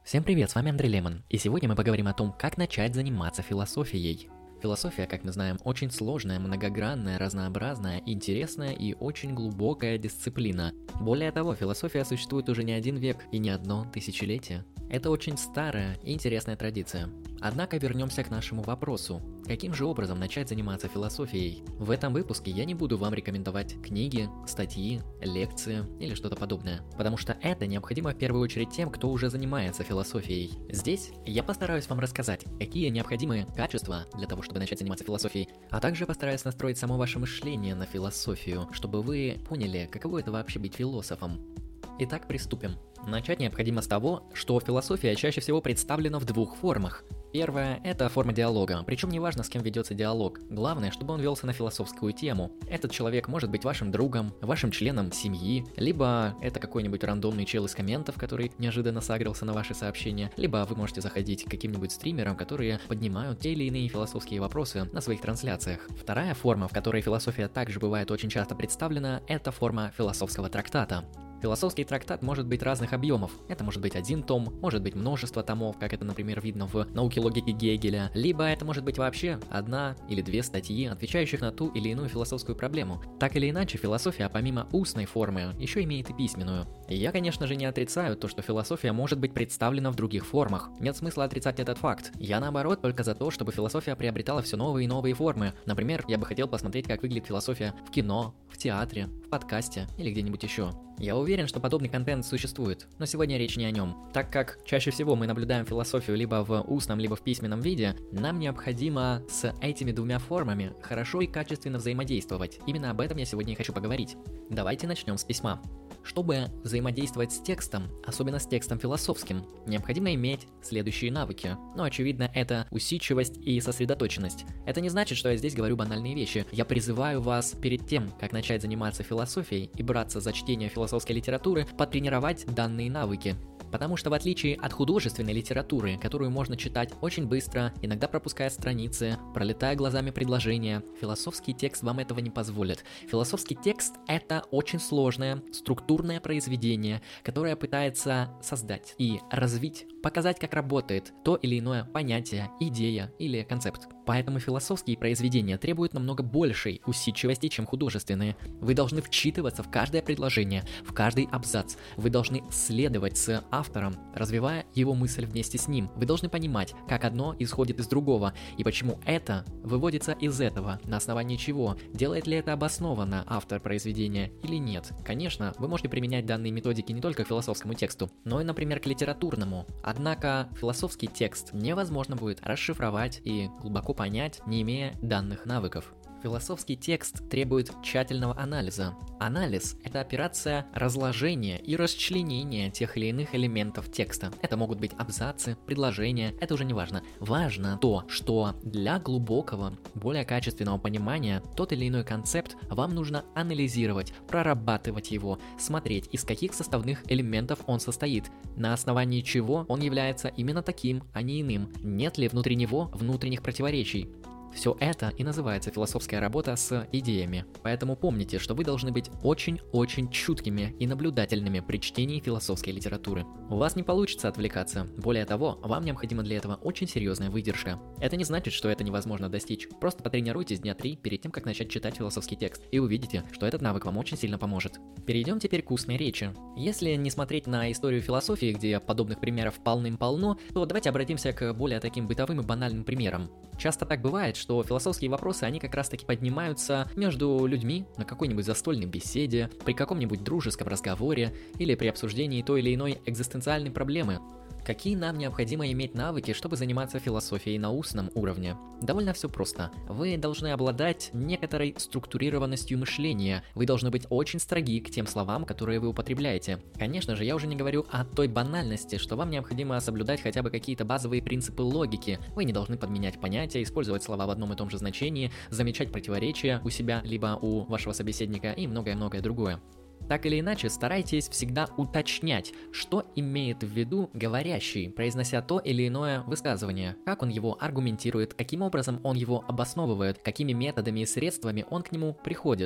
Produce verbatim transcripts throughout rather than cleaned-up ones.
Всем привет, с вами Андрей Лемон, и сегодня мы поговорим о том, как начать заниматься философией. Философия, как мы знаем, очень сложная, многогранная, разнообразная, интересная и очень глубокая дисциплина. Более того, философия существует уже не один век и не одно тысячелетие. Это очень старая и интересная традиция. Однако вернемся к нашему вопросу. Каким же образом начать заниматься философией? В этом выпуске я не буду вам рекомендовать книги, статьи, лекции или что-то подобное, потому что это необходимо в первую очередь тем, кто уже занимается философией. Здесь я постараюсь вам рассказать, какие необходимые качества для того, чтобы начать заниматься философией, а также постараюсь настроить само ваше мышление на философию, чтобы вы поняли, каково это вообще быть философом. Итак, приступим. Начать необходимо с того, что философия чаще всего представлена в двух формах. Первая – это форма диалога, причем неважно, с кем ведется диалог. Главное, чтобы он велся на философскую тему. Этот человек может быть вашим другом, вашим членом семьи, либо это какой-нибудь рандомный чел из комментов, который неожиданно сагрился на ваши сообщения, либо вы можете заходить к каким-нибудь стримерам, которые поднимают те или иные философские вопросы на своих трансляциях. Вторая форма, в которой философия также бывает очень часто представлена, это форма философского трактата. Философский трактат может быть разных объемов. Это может быть один том, может быть множество томов, как это, например, видно в «Науке логики» Гегеля, либо это может быть вообще одна или две статьи, отвечающих на ту или иную философскую проблему. Так или иначе, философия помимо устной формы еще имеет и письменную. И я, конечно же, не отрицаю то, что философия может быть представлена в других формах. Нет смысла отрицать этот факт. Я, наоборот, только за то, чтобы философия приобретала все новые и новые формы. Например, я бы хотел посмотреть, как выглядит философия в кино, в театре, в подкасте или где-нибудь еще. Я уверен, что подобный контент существует, но сегодня речь не о нем. Так как чаще всего мы наблюдаем философию либо в устном, либо в письменном виде, нам необходимо с этими двумя формами хорошо и качественно взаимодействовать. Именно об этом я сегодня и хочу поговорить. Давайте начнем с письма. Чтобы взаимодействовать с текстом, особенно с текстом философским, необходимо иметь следующие навыки. Ну, очевидно, это усидчивость и сосредоточенность. Это не значит, что я здесь говорю банальные вещи. Я призываю вас перед тем, как начать заниматься философией и браться за чтение философской литературы, потренировать данные навыки. Потому что в отличие от художественной литературы, которую можно читать очень быстро, иногда пропуская страницы, пролетая глазами предложения, философский текст вам этого не позволит. Философский текст — это очень сложное, структурное произведение, которое пытается создать и развить, показать, как работает то или иное понятие, идея или концепт. Поэтому философские произведения требуют намного большей усидчивости, чем художественные. Вы должны вчитываться в каждое предложение, в каждый абзац. Вы должны следовать с автором, развивая его мысль вместе с ним. Вы должны понимать, как одно исходит из другого, и почему это выводится из этого, на основании чего, делает ли это обоснованно автор произведения или нет. Конечно, вы можете применять данные методики не только к философскому тексту, но и, например, к литературному. Однако философский текст невозможно будет расшифровать и глубоко понять, не имея данных навыков. Философский текст требует тщательного анализа. Анализ – это операция разложения и расчленения тех или иных элементов текста. Это могут быть абзацы, предложения, это уже не важно. Важно то, что для глубокого, более качественного понимания тот или иной концепт вам нужно анализировать, прорабатывать его, смотреть, из каких составных элементов он состоит, на основании чего он является именно таким, а не иным, нет ли внутри него внутренних противоречий. Все это и называется философская работа с идеями. Поэтому помните, что вы должны быть очень-очень чуткими и наблюдательными при чтении философской литературы. У вас не получится отвлекаться. Более того, вам необходима для этого очень серьезная выдержка. Это не значит, что это невозможно достичь. Просто потренируйтесь дня три перед тем, как начать читать философский текст, и увидите, что этот навык вам очень сильно поможет. Перейдем теперь к устной речи. Если не смотреть на историю философии, где подобных примеров полным-полно, то давайте обратимся к более таким бытовым и банальным примерам. Часто так бывает, что философские вопросы, они как раз таки поднимаются между людьми на какой-нибудь застольной беседе, при каком-нибудь дружеском разговоре или при обсуждении той или иной экзистенциальной проблемы. Какие нам необходимо иметь навыки, чтобы заниматься философией на устном уровне? Довольно все просто. Вы должны обладать некоторой структурированностью мышления. Вы должны быть очень строги к тем словам, которые вы употребляете. Конечно же, я уже не говорю о той банальности, что вам необходимо соблюдать хотя бы какие-то базовые принципы логики. Вы не должны подменять понятия, использовать слова в одном и том же значении, замечать противоречия у себя, либо у вашего собеседника и многое-многое другое. Так или иначе, старайтесь всегда уточнять, что имеет в виду говорящий, произнося то или иное высказывание, как он его аргументирует, каким образом он его обосновывает, какими методами и средствами он к нему приходит.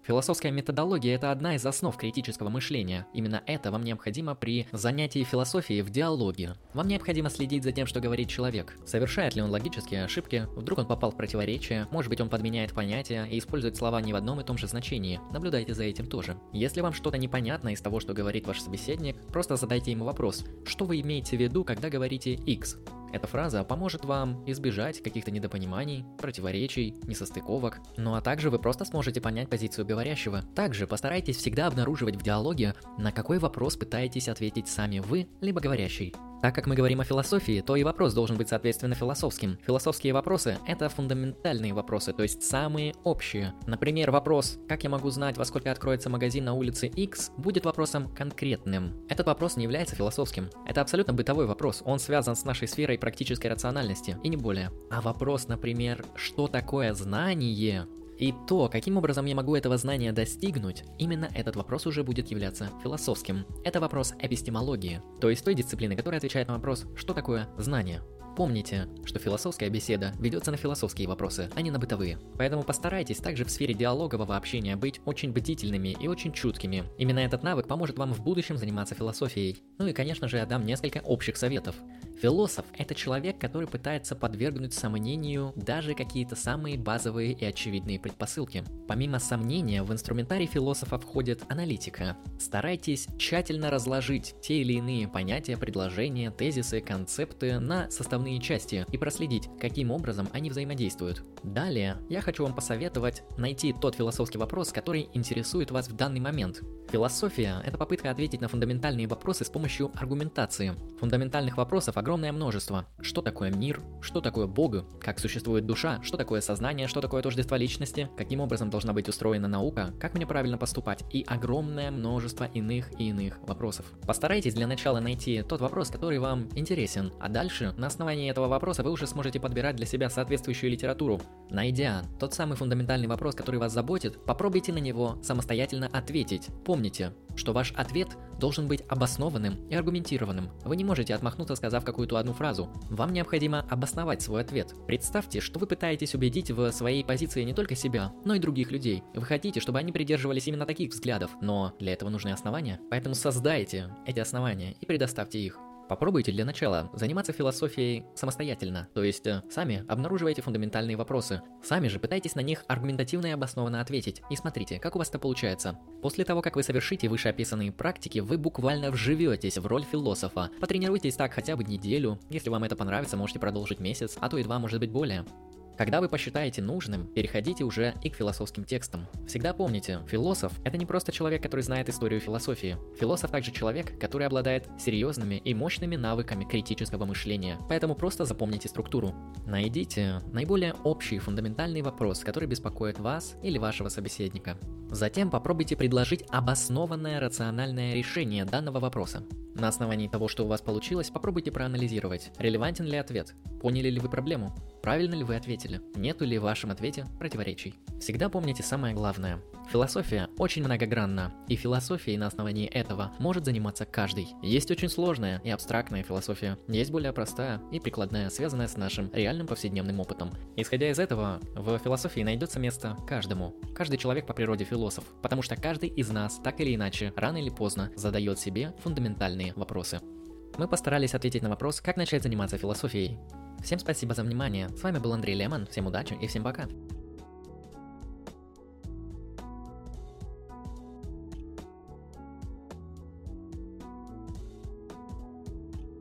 Философская методология – это одна из основ критического мышления. Именно это вам необходимо при занятии философией в диалоге. Вам необходимо следить за тем, что говорит человек. Совершает ли он логические ошибки, вдруг он попал в противоречие, может быть он подменяет понятия и использует слова не в одном и том же значении. Наблюдайте за этим тоже. Если вам что-то непонятно из того, что говорит ваш собеседник, просто задайте ему вопрос: что вы имеете в виду, когда говорите X? Эта фраза поможет вам избежать каких-то недопониманий, противоречий, несостыковок, ну а также вы просто сможете понять позицию говорящего. Также постарайтесь всегда обнаруживать в диалоге, на какой вопрос пытаетесь ответить сами вы, либо говорящий. Так как мы говорим о философии, то и вопрос должен быть соответственно философским. Философские вопросы – это фундаментальные вопросы, то есть самые общие. Например, вопрос «Как я могу знать, во сколько откроется магазин на улице X?» будет вопросом конкретным. Этот вопрос не является философским. Это абсолютно бытовой вопрос, он связан с нашей сферой практической рациональности, и не более. А вопрос, например, «Что такое знание?» И то, каким образом я могу этого знания достигнуть, именно этот вопрос уже будет являться философским. Это вопрос эпистемологии, то есть той дисциплины, которая отвечает на вопрос, что такое знание. Помните, что философская беседа ведется на философские вопросы, а не на бытовые. Поэтому постарайтесь также в сфере диалогового общения быть очень бдительными и очень чуткими. Именно этот навык поможет вам в будущем заниматься философией. Ну и, конечно же, я дам несколько общих советов. Философ – это человек, который пытается подвергнуть сомнению даже какие-то самые базовые и очевидные предпосылки. Помимо сомнения, в инструментарий философа входит аналитика. Старайтесь тщательно разложить те или иные понятия, предложения, тезисы, концепты на составные части и проследить, каким образом они взаимодействуют. Далее, я хочу вам посоветовать найти тот философский вопрос, который интересует вас в данный момент. Философия – это попытка ответить на фундаментальные вопросы с помощью аргументации. Фундаментальных вопросов огромное множество. Что такое мир? Что такое Бог? Как существует душа? Что такое сознание? Что такое тождество личности? Каким образом должна быть устроена наука? Как мне правильно поступать? И огромное множество иных и иных вопросов. Постарайтесь для начала найти тот вопрос, который вам интересен, а дальше на основании этого вопроса вы уже сможете подбирать для себя соответствующую литературу. Найдя тот самый фундаментальный вопрос, который вас заботит, попробуйте на него самостоятельно ответить. Помните, что ваш ответ должен быть обоснованным и аргументированным. Вы не можете отмахнуться, сказав какую-то одну фразу. Вам необходимо обосновать свой ответ. Представьте, что вы пытаетесь убедить в своей позиции не только себя, но и других людей. Вы хотите, чтобы они придерживались именно таких взглядов, но для этого нужны основания. Поэтому создайте эти основания и предоставьте их. Попробуйте для начала заниматься философией самостоятельно, то есть э, сами обнаруживайте фундаментальные вопросы, сами же пытайтесь на них аргументативно и обоснованно ответить, и смотрите, как у вас это получается. После того, как вы совершите вышеописанные практики, вы буквально вживетесь в роль философа. Потренируйтесь так хотя бы неделю, если вам это понравится, можете продолжить месяц, а то и два, может быть, более. Когда вы посчитаете нужным, переходите уже и к философским текстам. Всегда помните, философ – это не просто человек, который знает историю философии. Философ также человек, который обладает серьезными и мощными навыками критического мышления. Поэтому просто запомните структуру. Найдите наиболее общий фундаментальный вопрос, который беспокоит вас или вашего собеседника. Затем попробуйте предложить обоснованное рациональное решение данного вопроса. На основании того, что у вас получилось, попробуйте проанализировать, релевантен ли ответ, поняли ли вы проблему, правильно ли вы ответили, нету ли в вашем ответе противоречий. Всегда помните самое главное. Философия очень многогранна, и философией на основании этого может заниматься каждый. Есть очень сложная и абстрактная философия, есть более простая и прикладная, связанная с нашим реальным повседневным опытом. Исходя из этого, в философии найдется место каждому. Каждый человек по природе философ, потому что каждый из нас, так или иначе, рано или поздно задает себе фундаментальные вопросы. Мы постарались ответить на вопрос, как начать заниматься философией. Всем спасибо за внимание, с вами был Андрей Лемон, всем удачи и всем пока!